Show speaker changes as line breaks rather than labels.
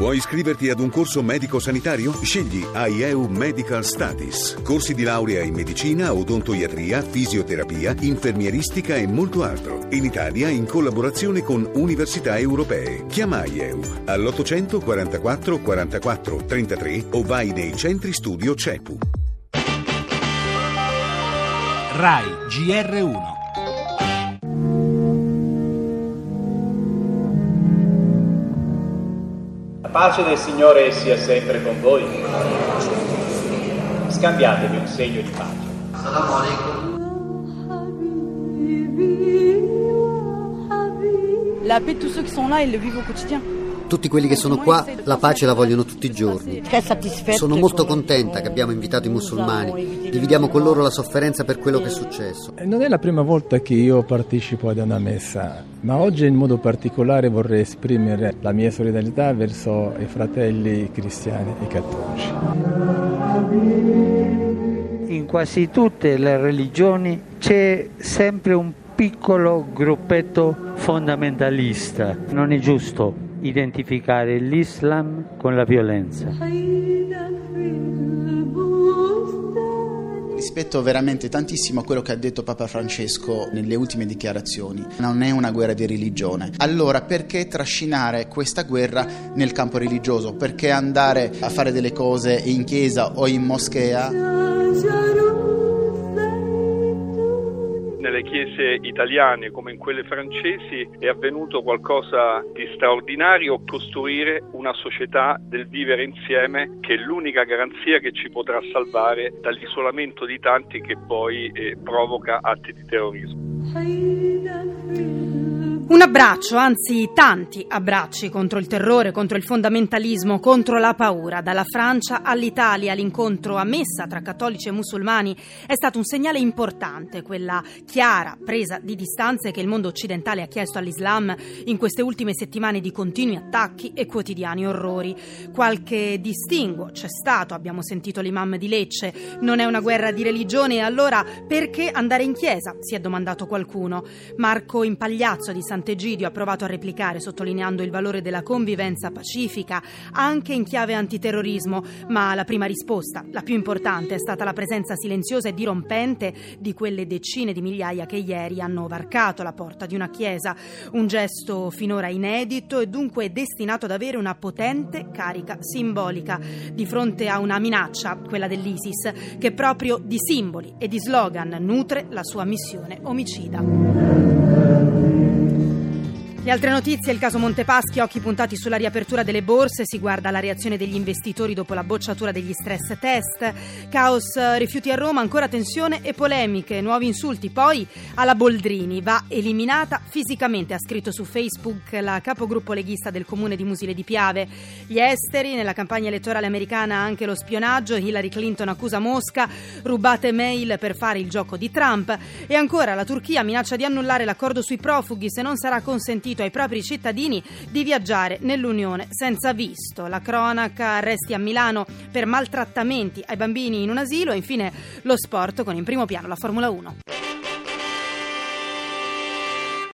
Vuoi iscriverti ad un corso medico-sanitario? Scegli AIEU Medical Studies. Corsi di laurea in medicina, odontoiatria, fisioterapia, infermieristica e molto altro. In Italia in collaborazione con università europee. Chiama AIEU all'800 44 44 33 o vai nei centri studio CEPU.
RAI GR1.
La pace del Signore sia sempre con voi. Scambiatevi un segno di pace.
Assalamu alaikum.
La paix de tous ceux qui sont là, ils le vivent au quotidien.
Tutti quelli che sono qua la pace la vogliono tutti i giorni. Sono molto contenta che abbiamo invitato i musulmani. Dividiamo con loro la sofferenza per quello che è successo.
Non è la prima volta che io partecipo ad una messa, ma oggi in modo particolare vorrei esprimere la mia solidarietà verso i fratelli cristiani e cattolici.
In quasi tutte le religioni c'è sempre un piccolo gruppetto fondamentalista. Non è giusto identificare l'Islam con la violenza.
Rispetto veramente tantissimo a quello che ha detto Papa Francesco nelle ultime dichiarazioni. Non è una guerra di religione. Allora perché trascinare questa guerra nel campo religioso? Perché andare a fare delle cose in chiesa o in moschea?
Nelle chiese italiane come in quelle francesi è avvenuto qualcosa di straordinario: costruire una società del vivere insieme, che è l'unica garanzia che ci potrà salvare dall'isolamento di tanti che poi provoca atti di terrorismo.
Un abbraccio, anzi tanti abbracci contro il terrore, contro il fondamentalismo, contro la paura. Dalla Francia all'Italia l'incontro a messa tra cattolici e musulmani è stato un segnale importante, quella chiara presa di distanze che il mondo occidentale ha chiesto all'Islam in queste ultime settimane di continui attacchi e quotidiani orrori. Qualche distinguo c'è stato, abbiamo sentito l'imam di Lecce. Non è una guerra di religione, e allora perché andare in chiesa? Si è domandato qualcuno. Marco Impagliazzo di Sant'Egidio ha provato a replicare, sottolineando il valore della convivenza pacifica anche in chiave antiterrorismo, ma la prima risposta, la più importante, è stata la presenza silenziosa e dirompente di quelle decine di migliaia che ieri hanno varcato la porta di una chiesa, un gesto finora inedito e dunque destinato ad avere una potente carica simbolica di fronte a una minaccia, quella dell'ISIS, che proprio di simboli e di slogan nutre la sua missione omicida. Le altre notizie: il caso Montepaschi, occhi puntati sulla riapertura delle borse, si guarda la reazione degli investitori dopo la bocciatura degli stress test, caos rifiuti a Roma, ancora tensione e polemiche, nuovi insulti, poi alla Boldrini, va eliminata fisicamente, ha scritto su Facebook la capogruppo leghista del comune di Musile di Piave. Gli esteri, nella campagna elettorale americana anche lo spionaggio, Hillary Clinton accusa Mosca, rubate mail per fare il gioco di Trump, e ancora la Turchia minaccia di annullare l'accordo sui profughi se non sarà consentito ai propri cittadini di viaggiare nell'Unione senza visto. La cronaca, arresti a Milano per maltrattamenti ai bambini in un asilo, e infine lo sport con in primo piano la Formula 1.